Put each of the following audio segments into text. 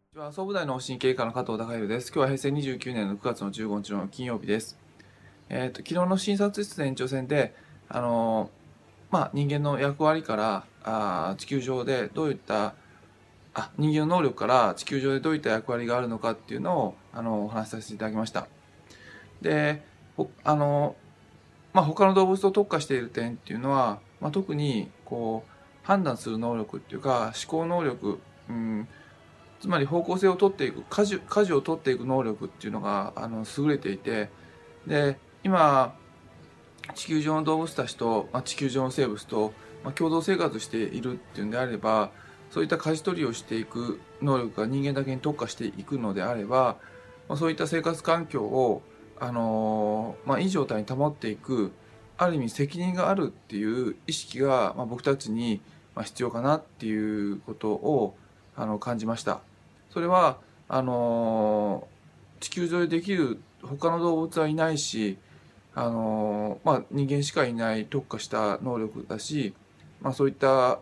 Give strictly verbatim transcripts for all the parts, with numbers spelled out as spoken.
こんにちは総武大の神経科の加藤孝弘です。今日は平成にじゅうきゅうねんのくがつのじゅうごにちの金曜日です。えっと、昨日の診察室の延長戦で、あのーまあ、人間の役割から、あー地球上でどういった、あ、人間の能力から地球上でどういった役割があるのかっていうのを、あのーお話しさせていただきました。で、ほあのーまあ、他の動物と特化している点っていうのは、まあ、特に、こう、判断する能力っていうか、思考能力、うん、つまり方向性を取っていく舵舵を取っていく能力っていうのがあの優れていて、で今地球上の動物たちと、まあ、地球上の生物と、まあ、共同生活しているっていうんであれば、そういった舵取りをしていく能力が人間だけに特化していくのであれば、まあ、そういった生活環境を、あのーまあ、いい状態に保っていく、ある意味責任があるっていう意識が、まあ、僕たちに必要かなっていうことをあの感じました。それはあのー地球上でできる他の動物はいないし、あのまあ、人間しかいない特化した能力だし、まあ、そういった、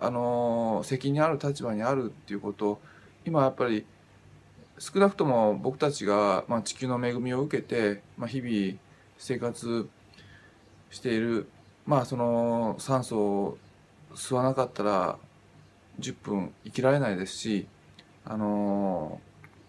あの責任ある立場にあるっていうこと、今やっぱり少なくとも僕たちが、まあ、地球の恵みを受けて、まあ、日々生活している、まあ、その酸素を吸わなかったらじゅっぷん生きられないですし、あの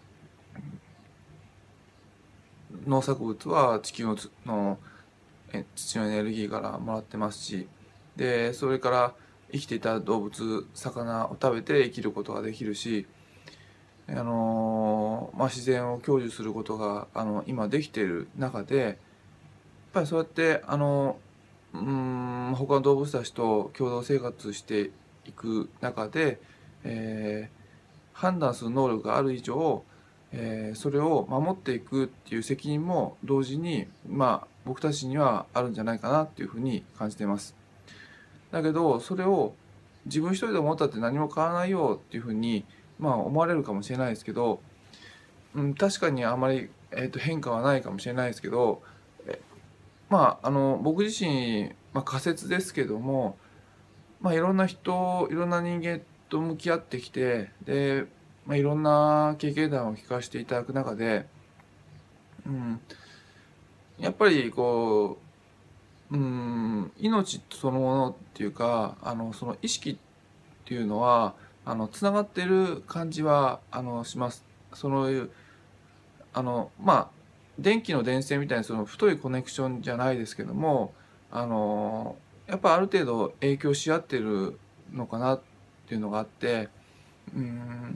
農作物は地球のの土のエネルギーからもらってますし、でそれから生きていた動物魚を食べて生きることができるし、あのまあ、自然を享受することがあの今できている中で、やっぱりそうやってあのうん他の動物たちと共同生活していく中で、えー判断する能力がある以上、えーそれを守っていくっていう責任も同時に、まあ、僕たちにはあるんじゃないかなっていうふうに感じています。だけどそれを自分一人で思ったって何も変わらないよっていうふうに、まあ、思われるかもしれないですけど、うん、確かにあまり、えーと変化はないかもしれないですけど、えまあ、あの僕自身、まあ、仮説ですけども、まあ、いろんな人いろんな人間と向き合ってきて、で、まあ、いろんな経験談を聞かせていただく中で、うん、やっぱりこう、うん、命そのものっていうか、あのその意識っていうのはあのつながってる感じはあのします。そのあのまあ電気の電線みたいなその太いコネクションじゃないですけども、あのやっぱある程度影響し合ってるのかなっていうのがあって、うん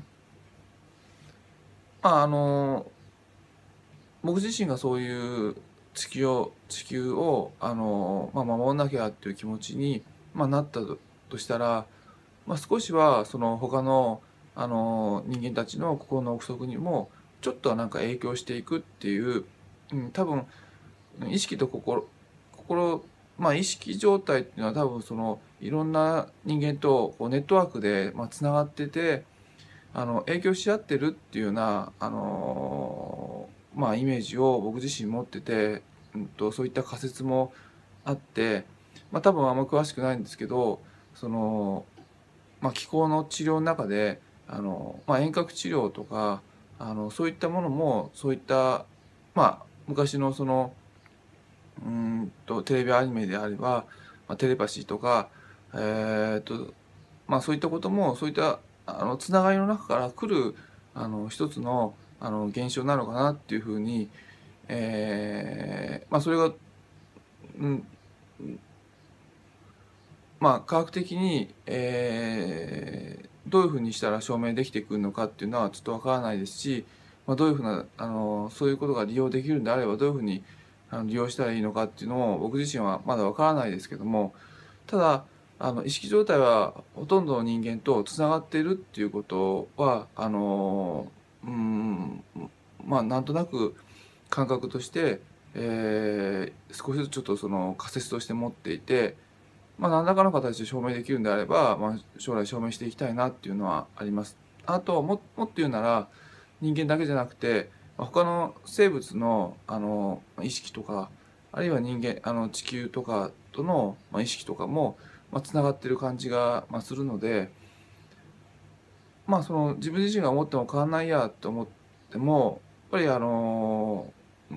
まああの僕自身がそういう地球を地球をあの、まあ、守んなきゃっていう気持ちに、まあ、なったとしたら、まあ、少しはその他のあの人間たちの心の奥底にもちょっとはなんか影響していくっていう、うん、多分意識と心心まあ意識状態っていうのは多分そのいろんな人間とこうネットワークでまあつながってて、あの影響し合ってるっていうようなあのまあイメージを僕自身持ってて、うんと、そういった仮説もあって、まあ、多分あんま詳しくないんですけど、その、まあ、気候の治療の中であの、まあ、遠隔治療とかあのそういったものもそういったまあ昔のそのうんとテレビアニメであれば、まあ、テレパシーとか、えー、とまあそういったこともそういったあのつながりの中から来るあの一つのあの現象なのかなっていうふうに、えーまあ、それが、うん、まあ科学的に、えーどういうふうにしたら証明できてくるのかっていうのはちょっとわからないですし、まあ、どういうふうなあのそういうことが利用できるんであればどういうふうにあの利用したらいいのかっていうのも僕自身はまだわからないですけども、ただあの意識状態はほとんどの人間とつながっているっていうことはあのうんまあなんとなく感覚として、えー少しずつちょっとその仮説として持っていて、まあ、何らかの形で証明できるんであれば、まあ、将来証明していきたいなっていうのはあります。あとももっと言うなら人間だけじゃなくて他の生物のあの意識とか、あるいは人間あの地球とかとの意識とかも、まあ、つながってる感じが、まあ、するので、 まあその自分自身が思っても変わんないやと思っても、やっぱりあのうん、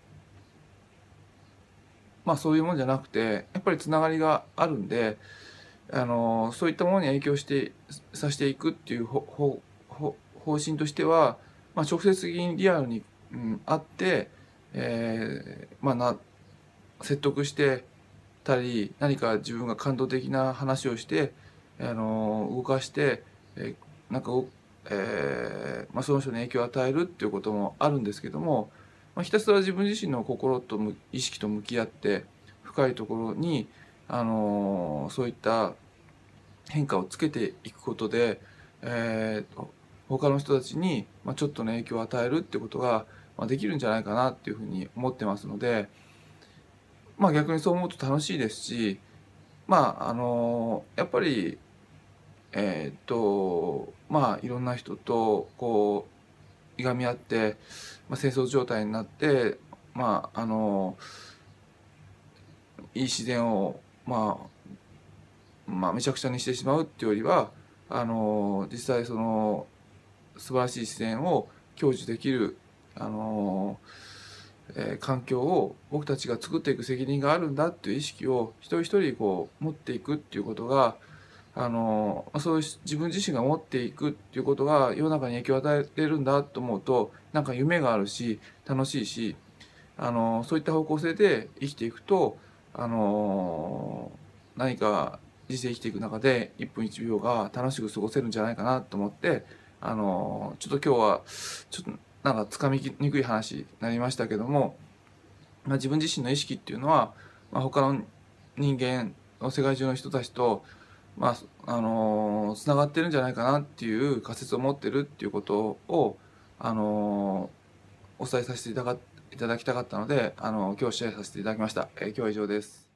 まあそういうもんじゃなくて、やっぱりつながりがあるんで、あのそういったものに影響してさせていくっていうほほほ方針としては、まあ、直接的にリアルに、うん、会って、えーまあ、な説得してたり、何か自分が感動的な話をして、あの動かして、えーなんかお、えーまあ、その人に影響を与えるっていうこともあるんですけども、まあ、ひたすら自分自身の心とむ意識と向き合って深いところに、あのそういった変化をつけていくことで、えーと、他の人たちに、まあ、ちょっとの影響を与えるってことが、まあ、できるんじゃないかなっていうふうに思ってますので、まあ、逆にそう思うと楽しいですし、まああのやっぱりえっとまあいろんな人とこういがみ合って、まあ、戦争状態になって、まああのいい自然を、まあ、まあめちゃくちゃにしてしまうっていうよりは、あの実際その素晴らしい自然を享受できる、あのえー環境を僕たちが作っていく責任があるんだっていう意識を一人一人こう持っていくっていうことが、あのそういう自分自身が持っていくっていうことが世の中に影響を与えてるんだと思うと、なんか夢があるし楽しいし、あのそういった方向性で生きていくと、あの何か人生生きていく中でいっぷんいちびょうが楽しく過ごせるんじゃないかなと思って、あのちょっと今日はちょっとなんかつかみにくい話になりましたけども、まあ、自分自身の意識っていうのは、まあ、他の人間世界中の人たちと、まああのつながってるんじゃないかなっていう仮説を持ってるっていうことを、あのお伝えさせていただいただきたかったので、あの今日シェアさせていただきました。えー今日は以上です。